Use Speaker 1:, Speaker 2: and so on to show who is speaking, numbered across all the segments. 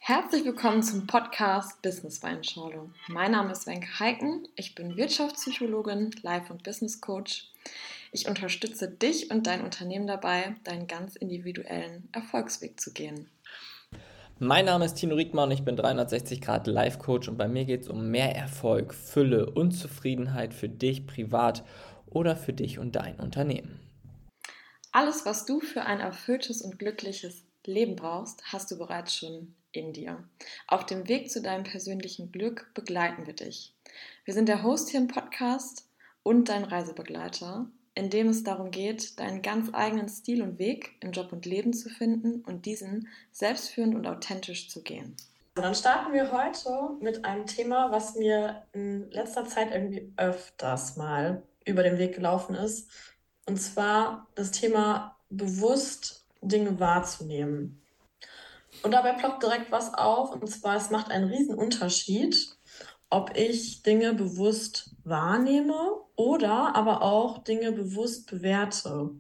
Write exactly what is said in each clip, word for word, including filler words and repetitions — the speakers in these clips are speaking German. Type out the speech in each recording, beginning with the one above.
Speaker 1: Herzlich willkommen zum Podcast Business Weinschorle. Mein Name ist Wenke Heiken, ich bin Wirtschaftspsychologin, Life- und Business Coach. Ich unterstütze dich und dein Unternehmen dabei, deinen ganz individuellen Erfolgsweg zu gehen.
Speaker 2: Mein Name ist Tino Riekmann, ich bin dreihundertsechzig Grad Life Coach und bei mir geht es um mehr Erfolg, Fülle und Zufriedenheit für dich privat oder für dich und dein Unternehmen.
Speaker 1: Alles, was du für ein erfülltes und glückliches Leben brauchst, hast du bereits schon in dir. Auf dem Weg zu deinem persönlichen Glück begleiten wir dich. Wir sind der Host hier im Podcast und dein Reisebegleiter, in dem es darum geht, deinen ganz eigenen Stil und Weg im Job und Leben zu finden und diesen selbstführend und authentisch zu gehen. Dann starten wir heute mit einem Thema, was mir in letzter Zeit irgendwie öfters mal über den Weg gelaufen ist. Und zwar das Thema bewusst Dinge wahrzunehmen. Und dabei ploppt direkt was auf, und zwar, es macht einen riesen Unterschied, ob ich Dinge bewusst wahrnehme oder aber auch Dinge bewusst bewerte.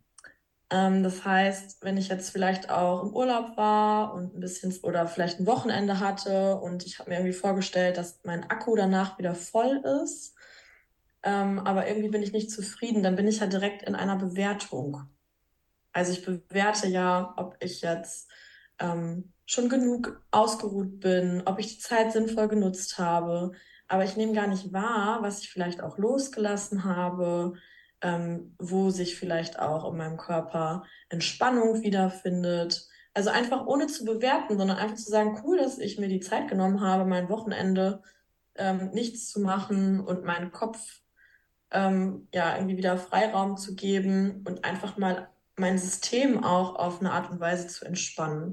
Speaker 1: Ähm, das heißt, wenn ich jetzt vielleicht auch im Urlaub war und ein bisschen oder vielleicht ein Wochenende hatte und ich habe mir irgendwie vorgestellt, dass mein Akku danach wieder voll ist, ähm, aber irgendwie bin ich nicht zufrieden, dann bin ich ja direkt in einer Bewertung. Also ich bewerte ja, ob ich jetzt ähm, schon genug ausgeruht bin, ob ich die Zeit sinnvoll genutzt habe. Aber ich nehme gar nicht wahr, was ich vielleicht auch losgelassen habe, ähm, wo sich vielleicht auch in meinem Körper Entspannung wiederfindet. Also einfach ohne zu bewerten, sondern einfach zu sagen, cool, dass ich mir die Zeit genommen habe, mein Wochenende ähm, nichts zu machen und meinen Kopf ähm, ja irgendwie wieder Freiraum zu geben und einfach mal mein System auch auf eine Art und Weise zu entspannen.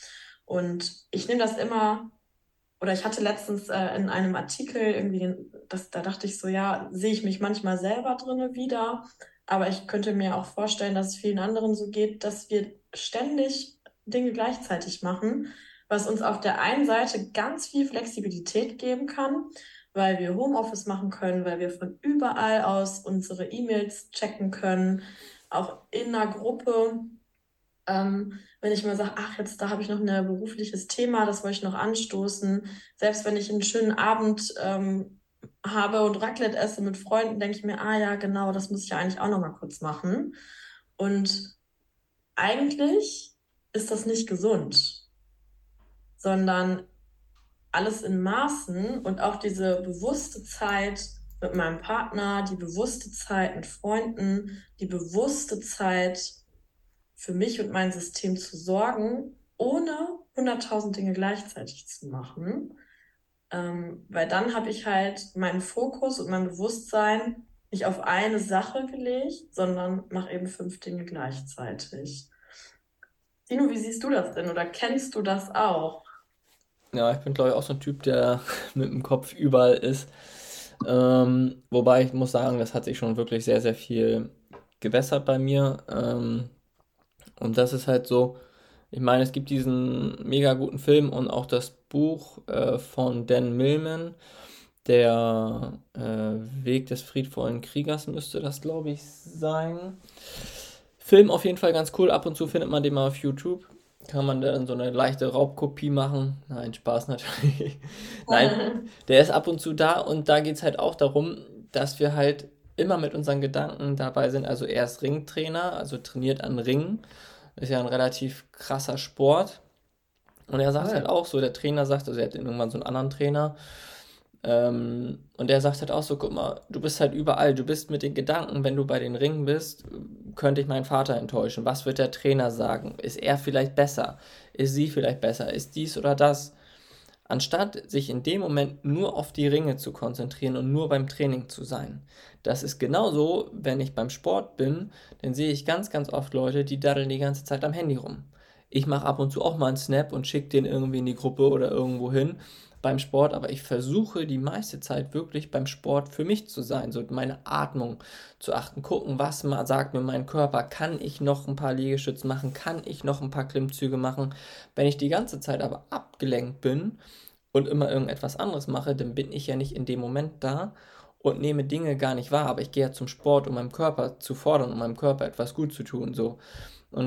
Speaker 1: Und ich nehme das immer, oder ich hatte letztens äh, in einem Artikel irgendwie, den, das, da dachte ich so, ja, sehe ich mich manchmal selber drinne wieder, aber ich könnte mir auch vorstellen, dass es vielen anderen so geht, dass wir ständig Dinge gleichzeitig machen, was uns auf der einen Seite ganz viel Flexibilität geben kann, weil wir Homeoffice machen können, weil wir von überall aus unsere E-Mails checken können, auch in einer Gruppe. Ähm, wenn ich mal sage, ach, jetzt da habe ich noch ein berufliches Thema, das wollte ich noch anstoßen. Selbst wenn ich einen schönen Abend ähm, habe und Raclette esse mit Freunden, denke ich mir, ah ja, genau, das muss ich ja eigentlich auch noch mal kurz machen. Und eigentlich ist das nicht gesund, sondern alles in Maßen und auch diese bewusste Zeit mit meinem Partner, die bewusste Zeit mit Freunden, die bewusste Zeit für mich und mein System zu sorgen, ohne hunderttausend Dinge gleichzeitig zu machen. Ähm, weil dann habe ich halt meinen Fokus und mein Bewusstsein nicht auf eine Sache gelegt, sondern mache eben fünf Dinge gleichzeitig. Dino, wie siehst du das denn oder kennst du das auch?
Speaker 2: Ja, ich bin glaube ich auch so ein Typ, der mit dem Kopf überall ist. Ähm, wobei ich muss sagen, das hat sich schon wirklich sehr, sehr viel gebessert bei mir. Ähm, und das ist halt so, ich meine, es gibt diesen mega guten Film und auch das Buch äh, von Dan Millman, der äh, Weg des friedvollen Kriegers müsste das, glaube ich, sein. Film auf jeden Fall ganz cool. Ab und zu findet man den mal auf YouTube. Kann man dann so eine leichte Raubkopie machen? Nein, Spaß natürlich. Nein, der ist ab und zu da und da geht es halt auch darum, dass wir halt immer mit unseren Gedanken dabei sind. Also er ist Ringtrainer, also trainiert an Ringen. Ist ja ein relativ krasser Sport. Und er sagt halt auch so, der Trainer sagt, also er hat irgendwann so einen anderen Trainer, ähm, und der sagt halt auch so, guck mal, du bist halt überall, du bist mit den Gedanken, wenn du bei den Ringen bist, könnte ich meinen Vater enttäuschen. Was wird der Trainer sagen? Ist er vielleicht besser? Ist sie vielleicht besser? Ist dies oder das? Anstatt sich in dem Moment nur auf die Ringe zu konzentrieren und nur beim Training zu sein. Das ist genauso, wenn ich beim Sport bin, dann sehe ich ganz, ganz oft Leute, die daddeln die ganze Zeit am Handy rum. Ich mache ab und zu auch mal einen Snap und schicke den irgendwie in die Gruppe oder irgendwo hin beim Sport, aber ich versuche die meiste Zeit wirklich beim Sport für mich zu sein, so meine Atmung zu achten, gucken, was ma- sagt mir mein Körper, kann ich noch ein paar Liegestütze machen, kann ich noch ein paar Klimmzüge machen. Wenn ich die ganze Zeit aber abgelenkt bin und immer irgendetwas anderes mache, dann bin ich ja nicht in dem Moment da und nehme Dinge gar nicht wahr, aber ich gehe ja zum Sport, um meinem Körper zu fordern, um meinem Körper etwas gut zu tun, so. Und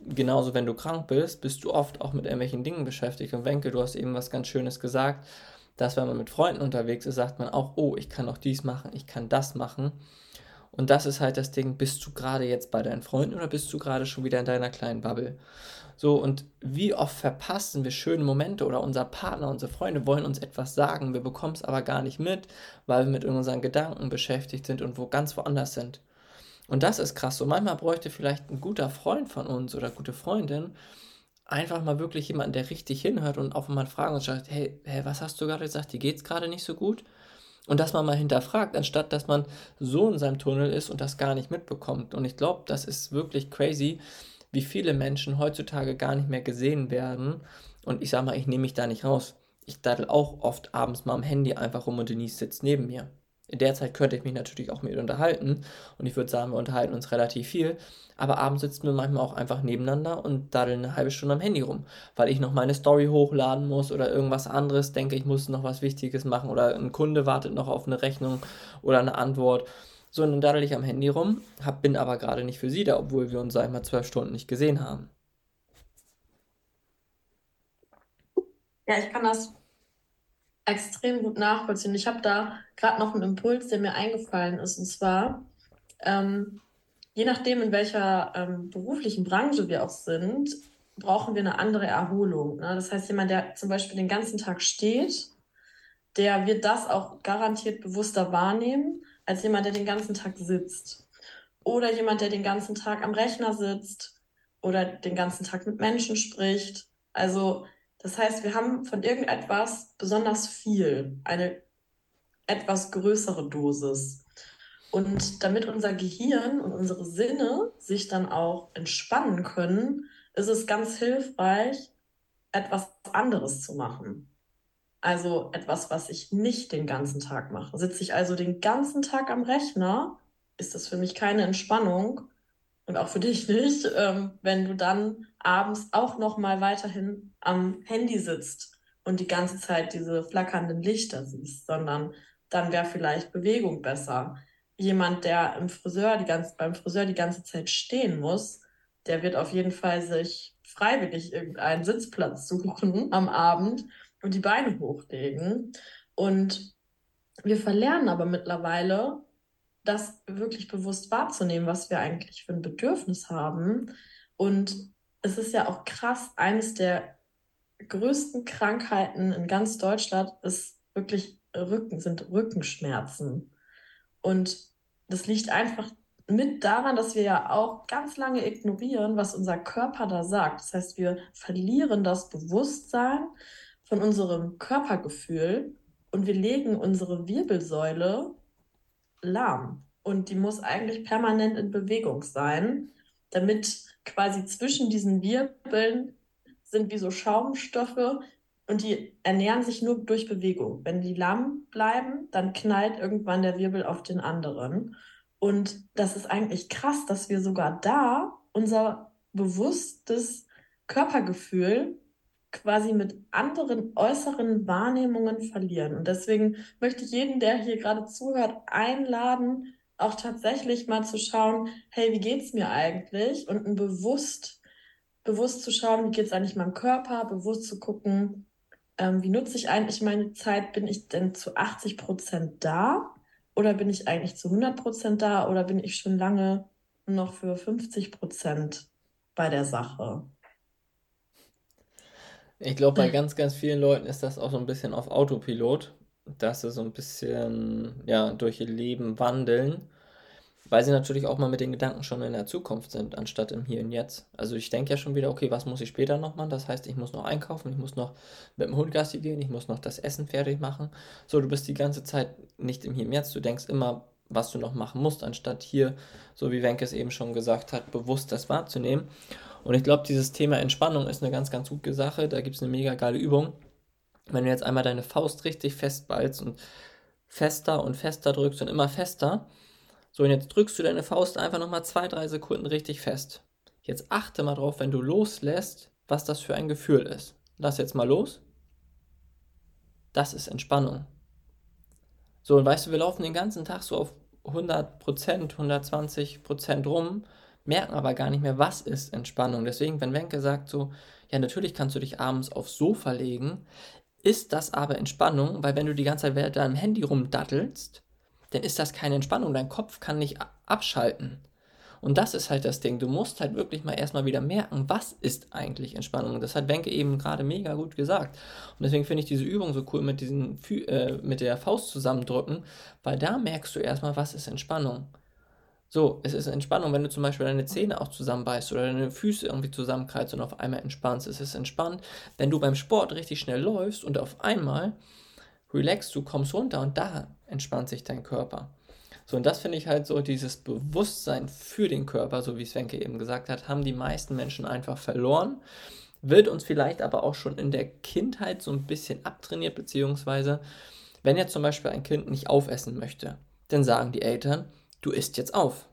Speaker 2: genauso, wenn du krank bist, bist du oft auch mit irgendwelchen Dingen beschäftigt. Und Wenke, du hast eben was ganz Schönes gesagt, dass wenn man mit Freunden unterwegs ist, sagt man auch, oh, ich kann auch dies machen, ich kann das machen. Und das ist halt das Ding, bist du gerade jetzt bei deinen Freunden oder bist du gerade schon wieder in deiner kleinen Bubble? So, und wie oft verpassen wir schöne Momente oder unser Partner, unsere Freunde wollen uns etwas sagen, wir bekommen es aber gar nicht mit, weil wir mit unseren Gedanken beschäftigt sind und wo ganz woanders sind. Und das ist krass. So manchmal bräuchte vielleicht ein guter Freund von uns oder gute Freundin einfach mal wirklich jemanden, der richtig hinhört und auch mal fragen und sagt, hey, hey, was hast du gerade gesagt? Dir geht's gerade nicht so gut? Und dass man mal hinterfragt, anstatt dass man so in seinem Tunnel ist und das gar nicht mitbekommt. Und ich glaube, das ist wirklich crazy, wie viele Menschen heutzutage gar nicht mehr gesehen werden. Und ich sag mal, ich nehme mich da nicht raus. Ich daddel auch oft abends mal am Handy einfach rum und Denise sitzt neben mir. In der Zeit könnte ich mich natürlich auch mit ihr unterhalten und ich würde sagen, wir unterhalten uns relativ viel, aber abends sitzen wir manchmal auch einfach nebeneinander und daddeln eine halbe Stunde am Handy rum, weil ich noch meine Story hochladen muss oder irgendwas anderes, denke, ich muss noch was Wichtiges machen oder ein Kunde wartet noch auf eine Rechnung oder eine Antwort. So, und dann daddel ich am Handy rum, hab, bin aber gerade nicht für sie da, obwohl wir uns, sag ich mal, zwölf Stunden nicht gesehen haben.
Speaker 3: Ja, ich kann das extrem gut nachvollziehen. Ich habe da gerade noch einen Impuls, der mir eingefallen ist. Und zwar, ähm, je nachdem, in welcher ähm, beruflichen Branche wir auch sind, brauchen wir eine andere Erholung. Ne? Das heißt, jemand, der zum Beispiel den ganzen Tag steht, der wird das auch garantiert bewusster wahrnehmen, als jemand, der den ganzen Tag sitzt. Oder jemand, der den ganzen Tag am Rechner sitzt oder den ganzen Tag mit Menschen spricht. Also, das heißt, wir haben von irgendetwas besonders viel, eine etwas größere Dosis. Und damit unser Gehirn und unsere Sinne sich dann auch entspannen können, ist es ganz hilfreich, etwas anderes zu machen. Also etwas, was ich nicht den ganzen Tag mache. Sitze ich also den ganzen Tag am Rechner, ist das für mich keine Entspannung und auch für dich nicht, ähm, wenn du dann abends auch noch mal weiterhin am Handy sitzt und die ganze Zeit diese flackernden Lichter siehst, sondern dann wäre vielleicht Bewegung besser. Jemand, der im Friseur die ganze, beim Friseur die ganze Zeit stehen muss, der wird auf jeden Fall sich freiwillig irgendeinen Sitzplatz suchen am Abend und die Beine hochlegen. Und wir verlernen aber mittlerweile, das wirklich bewusst wahrzunehmen, was wir eigentlich für ein Bedürfnis haben. Und es ist ja auch krass, eines der größten Krankheiten in ganz Deutschland ist wirklich Rücken, sind Rückenschmerzen. Und das liegt einfach mit daran, dass wir ja auch ganz lange ignorieren, was unser Körper da sagt. Das heißt, wir verlieren das Bewusstsein von unserem Körpergefühl und wir legen unsere Wirbelsäule lahm. Und die muss eigentlich permanent in Bewegung sein, damit quasi zwischen diesen Wirbeln sind wie so Schaumstoffe und die ernähren sich nur durch Bewegung. Wenn die lahm bleiben, dann knallt irgendwann der Wirbel auf den anderen. Und das ist eigentlich krass, dass wir sogar da unser bewusstes Körpergefühl quasi mit anderen äußeren Wahrnehmungen verlieren. Und deswegen möchte ich jeden, der hier gerade zuhört, einladen, auch tatsächlich mal zu schauen, hey, wie geht's mir eigentlich? Und ein bewusst, bewusst zu schauen, wie geht's eigentlich meinem Körper, bewusst zu gucken, ähm, wie nutze ich eigentlich meine Zeit? Bin ich denn zu achtzig Prozent da? Oder bin ich eigentlich zu hundert Prozent da? Oder bin ich schon lange noch für fünfzig Prozent bei der Sache?
Speaker 2: Ich glaube, bei ganz, ganz vielen Leuten ist das auch so ein bisschen auf Autopilot, dass sie so ein bisschen, ja, durch ihr Leben wandeln, weil sie natürlich auch mal mit den Gedanken schon in der Zukunft sind, anstatt im Hier und Jetzt. Also ich denke ja schon wieder, okay, was muss ich später noch machen? Das heißt, ich muss noch einkaufen, ich muss noch mit dem Hund Gassi gehen, ich muss noch das Essen fertig machen. So, du bist die ganze Zeit nicht im Hier und Jetzt, du denkst immer, was du noch machen musst, anstatt hier, so wie Wenke es eben schon gesagt hat, bewusst das wahrzunehmen. Und ich glaube, dieses Thema Entspannung ist eine ganz, ganz gute Sache. Da gibt es eine mega geile Übung. Wenn du jetzt einmal deine Faust richtig festballst und fester und fester drückst und immer fester, so, und jetzt drückst du deine Faust einfach nochmal zwei, drei Sekunden richtig fest. Jetzt achte mal drauf, wenn du loslässt, was das für ein Gefühl ist. Lass jetzt mal los. Das ist Entspannung. So, und weißt du, wir laufen den ganzen Tag so auf hundert Prozent, hundertzwanzig Prozent rum, merken aber gar nicht mehr, was ist Entspannung. Deswegen, wenn Wenke sagt so, ja, natürlich kannst du dich abends aufs Sofa legen, ist das aber Entspannung, weil wenn du die ganze Zeit da am Handy rumdattelst, dann ist das keine Entspannung. Dein Kopf kann nicht abschalten. Und das ist halt das Ding. Du musst halt wirklich mal erstmal wieder merken, was ist eigentlich Entspannung. Und das hat Wenke eben gerade mega gut gesagt. Und deswegen finde ich diese Übung so cool mit, diesen, äh, mit der Faust zusammendrücken, weil da merkst du erstmal, was ist Entspannung. So, es ist Entspannung, wenn du zum Beispiel deine Zähne auch zusammenbeißt oder deine Füße irgendwie zusammenkreist und auf einmal entspannst. Es ist entspannt, wenn du beim Sport richtig schnell läufst und auf einmal relaxst du, kommst runter und da entspannt sich dein Körper. So, und das finde ich halt so, dieses Bewusstsein für den Körper, so wie Svenke eben gesagt hat, haben die meisten Menschen einfach verloren. Wird uns vielleicht aber auch schon in der Kindheit so ein bisschen abtrainiert, beziehungsweise, wenn jetzt zum Beispiel ein Kind nicht aufessen möchte, dann sagen die Eltern, du isst jetzt auf.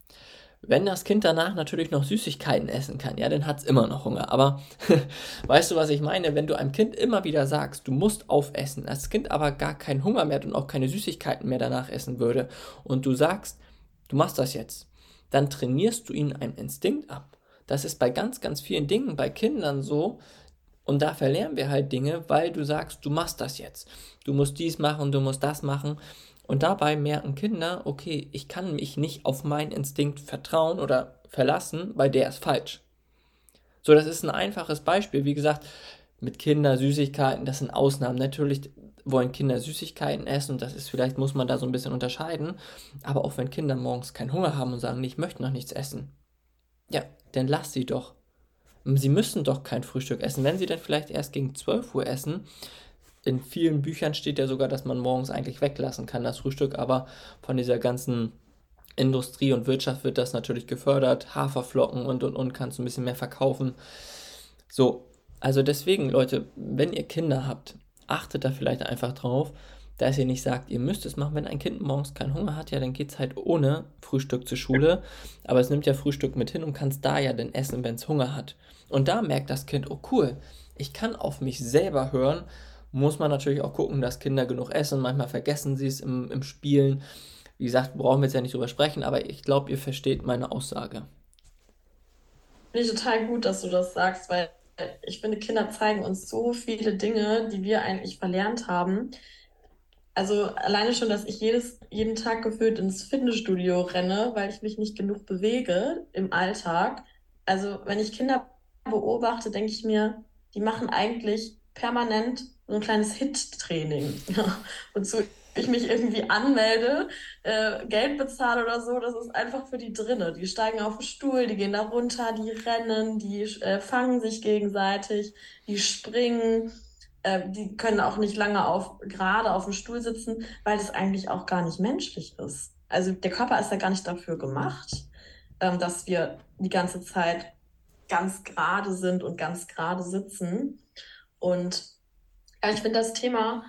Speaker 2: Wenn das Kind danach natürlich noch Süßigkeiten essen kann, ja, dann hat es immer noch Hunger. Aber weißt du, was ich meine? Wenn du einem Kind immer wieder sagst, du musst aufessen, das Kind aber gar keinen Hunger mehr hat und auch keine Süßigkeiten mehr danach essen würde und du sagst, du machst das jetzt, dann trainierst du ihnen einen Instinkt ab. Das ist bei ganz, ganz vielen Dingen, bei Kindern so, und da verlernen wir halt Dinge, weil du sagst, du machst das jetzt. Du musst dies machen, du musst das machen. Und dabei merken Kinder, okay, ich kann mich nicht auf meinen Instinkt vertrauen oder verlassen, weil der ist falsch. So, das ist ein einfaches Beispiel. Wie gesagt, mit Kindern Süßigkeiten, das sind Ausnahmen. Natürlich wollen Kinder Süßigkeiten essen und das ist, vielleicht muss man da so ein bisschen unterscheiden. Aber auch wenn Kinder morgens keinen Hunger haben und sagen, nee, ich möchte noch nichts essen, ja, dann lass sie doch. Sie müssen doch kein Frühstück essen. Wenn sie dann vielleicht erst gegen zwölf Uhr essen, in vielen Büchern steht ja sogar, dass man morgens eigentlich weglassen kann, das Frühstück, aber von dieser ganzen Industrie und Wirtschaft wird das natürlich gefördert. Haferflocken und und und kannst du ein bisschen mehr verkaufen. So, also deswegen, Leute, wenn ihr Kinder habt, achtet da vielleicht einfach drauf, dass ihr nicht sagt, ihr müsst es machen. Wenn ein Kind morgens keinen Hunger hat, ja, dann geht es halt ohne Frühstück zur Schule. Aber es nimmt ja Frühstück mit hin und kann es da ja dann essen, wenn es Hunger hat. Und da merkt das Kind, oh cool, ich kann auf mich selber hören. Muss man natürlich auch gucken, dass Kinder genug essen. Manchmal vergessen sie es im, im Spielen. Wie gesagt, brauchen wir jetzt ja nicht drüber sprechen, aber ich glaube, ihr versteht meine Aussage.
Speaker 3: Finde ich total gut, dass du das sagst, weil ich finde, Kinder zeigen uns so viele Dinge, die wir eigentlich verlernt haben. Also alleine schon, dass ich jedes, jeden Tag gefühlt ins Fitnessstudio renne, weil ich mich nicht genug bewege im Alltag. Also wenn ich Kinder beobachte, denke ich mir, die machen eigentlich permanent so ein kleines Hit-Training. Ja, wozu ich mich irgendwie anmelde, äh, Geld bezahle oder so, das ist einfach für die drinne. Die steigen auf den Stuhl, die gehen da runter, die rennen, die äh, fangen sich gegenseitig, die springen. Äh, die können auch nicht lange auf, gerade auf dem Stuhl sitzen, weil das eigentlich auch gar nicht menschlich ist. Also der Körper ist ja gar nicht dafür gemacht, ähm, dass wir die ganze Zeit ganz gerade sind und ganz gerade sitzen. Und ja, ich finde das Thema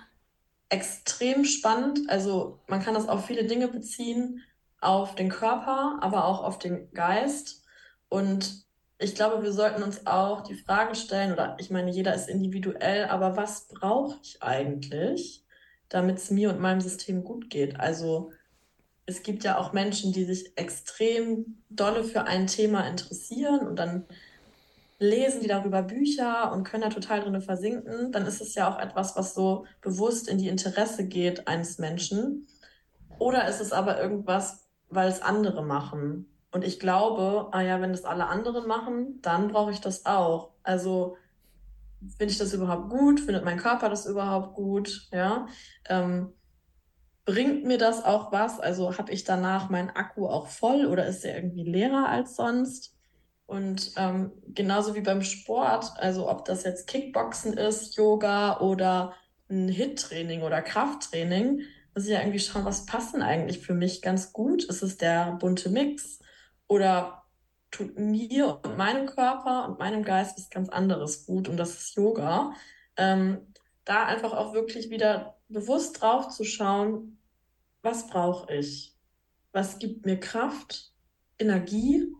Speaker 3: extrem spannend. Also man kann das auf viele Dinge beziehen, auf den Körper, aber auch auf den Geist. Und ich glaube, wir sollten uns auch die Frage stellen, oder ich meine, jeder ist individuell, aber was brauche ich eigentlich, damit es mir und meinem System gut geht? Also es gibt ja auch Menschen, die sich extrem dolle für ein Thema interessieren und dann lesen die darüber Bücher und können da total drin versinken, dann ist es ja auch etwas, was so bewusst in die Interesse geht eines Menschen. Oder ist es aber irgendwas, weil es andere machen? Und ich glaube, ah ja, wenn das alle anderen machen, dann brauche ich das auch. Also finde ich das überhaupt gut? Findet mein Körper das überhaupt gut? Ja. Ähm, bringt mir das auch was? Also habe ich danach meinen Akku auch voll oder ist der irgendwie leerer als sonst? Und ähm, genauso wie beim Sport, also ob das jetzt Kickboxen ist, Yoga oder ein Hit-Training oder Krafttraining, muss ich ja irgendwie schauen, was passt denn eigentlich für mich ganz gut? Ist es der bunte Mix oder tut mir und meinem Körper und meinem Geist was ganz anderes gut und das ist Yoga. Ähm, da einfach auch wirklich wieder bewusst drauf zu schauen, was brauche ich? Was gibt mir Kraft, Energie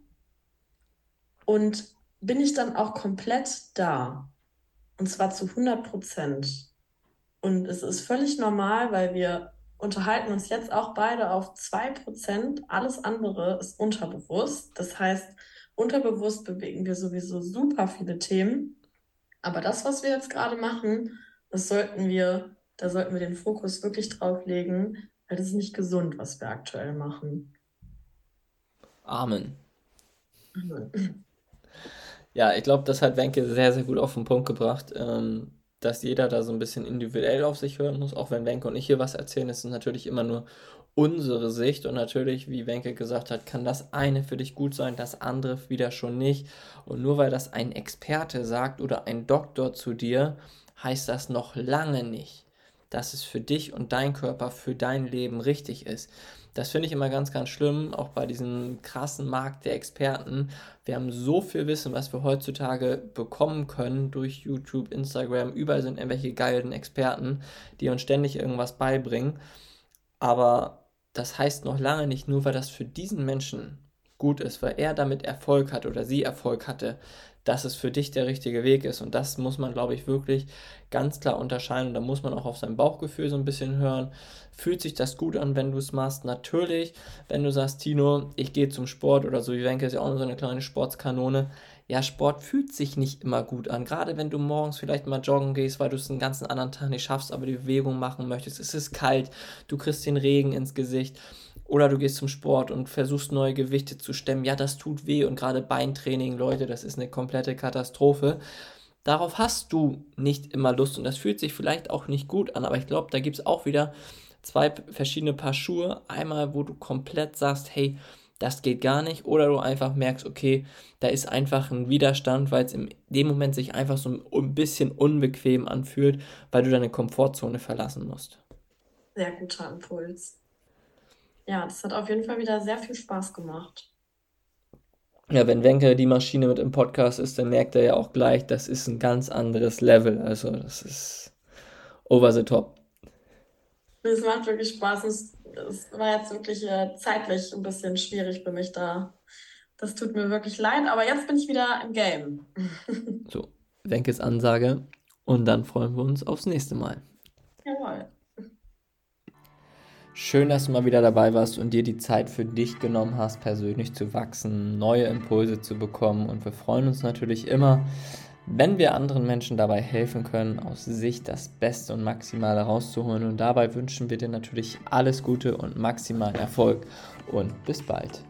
Speaker 3: und bin ich dann auch komplett da? Und zwar zu hundert Prozent. Und es ist völlig normal, weil wir unterhalten uns jetzt auch beide auf zwei Prozent. Alles andere ist unterbewusst. Das heißt, unterbewusst bewegen wir sowieso super viele Themen. Aber das, was wir jetzt gerade machen, das sollten wir, da sollten wir den Fokus wirklich drauf legen, weil das ist nicht gesund, was wir aktuell machen.
Speaker 2: Amen. Ja, ich glaube, das hat Wenke sehr, sehr gut auf den Punkt gebracht, ähm, dass jeder da so ein bisschen individuell auf sich hören muss. Auch wenn Wenke und ich hier was erzählen, ist es natürlich immer nur unsere Sicht. Und natürlich, wie Wenke gesagt hat, kann das eine für dich gut sein, das andere wieder schon nicht. Und nur weil das ein Experte sagt oder ein Doktor zu dir, heißt das noch lange nicht, dass es für dich und dein Körper, für dein Leben richtig ist. Das finde ich immer ganz, ganz schlimm, auch bei diesem krassen Markt der Experten. Wir haben so viel Wissen, was wir heutzutage bekommen können durch YouTube, Instagram. Überall sind irgendwelche geilen Experten, die uns ständig irgendwas beibringen. Aber das heißt noch lange nicht, nur weil das für diesen Menschen gut ist, weil er damit Erfolg hat oder sie Erfolg hatte, dass es für dich der richtige Weg ist. Und das muss man, glaube ich, wirklich ganz klar unterscheiden. Und da muss man auch auf sein Bauchgefühl so ein bisschen hören. Fühlt sich das gut an, wenn du es machst? Natürlich, wenn du sagst, Tino, ich gehe zum Sport oder so, wie Wenke ist ja auch so eine kleine Sportskanone. Ja, Sport fühlt sich nicht immer gut an. Gerade wenn du morgens vielleicht mal joggen gehst, weil du es den ganzen anderen Tag nicht schaffst, aber die Bewegung machen möchtest. Es ist kalt, du kriegst den Regen ins Gesicht. Oder du gehst zum Sport und versuchst neue Gewichte zu stemmen. Ja, das tut weh und gerade Beintraining, Leute, das ist eine komplette Katastrophe. Darauf hast du nicht immer Lust und das fühlt sich vielleicht auch nicht gut an, aber ich glaube, da gibt es auch wieder zwei verschiedene Paar Schuhe. Einmal, wo du komplett sagst, hey, das geht gar nicht, oder du einfach merkst, okay, da ist einfach ein Widerstand, weil es in dem Moment sich einfach so ein bisschen unbequem anfühlt, weil du deine Komfortzone verlassen musst.
Speaker 3: Sehr guter Impuls. Ja, das hat auf jeden Fall wieder sehr viel Spaß gemacht.
Speaker 2: Ja, wenn Wenke die Maschine mit im Podcast ist, dann merkt er ja auch gleich, das ist ein ganz anderes Level. Also das ist over the top.
Speaker 3: Es macht wirklich Spaß. Es, es war jetzt wirklich äh, zeitlich ein bisschen schwierig für mich da. Das tut mir wirklich leid, aber jetzt bin ich wieder im Game.
Speaker 2: So, Wenkes Ansage und dann freuen wir uns aufs nächste Mal.
Speaker 3: Jawohl.
Speaker 2: Schön, dass du mal wieder dabei warst und dir die Zeit für dich genommen hast, persönlich zu wachsen, neue Impulse zu bekommen. Und wir freuen uns natürlich immer, wenn wir anderen Menschen dabei helfen können, aus sich das Beste und Maximale rauszuholen. Und dabei wünschen wir dir natürlich alles Gute und maximalen Erfolg. Und bis bald.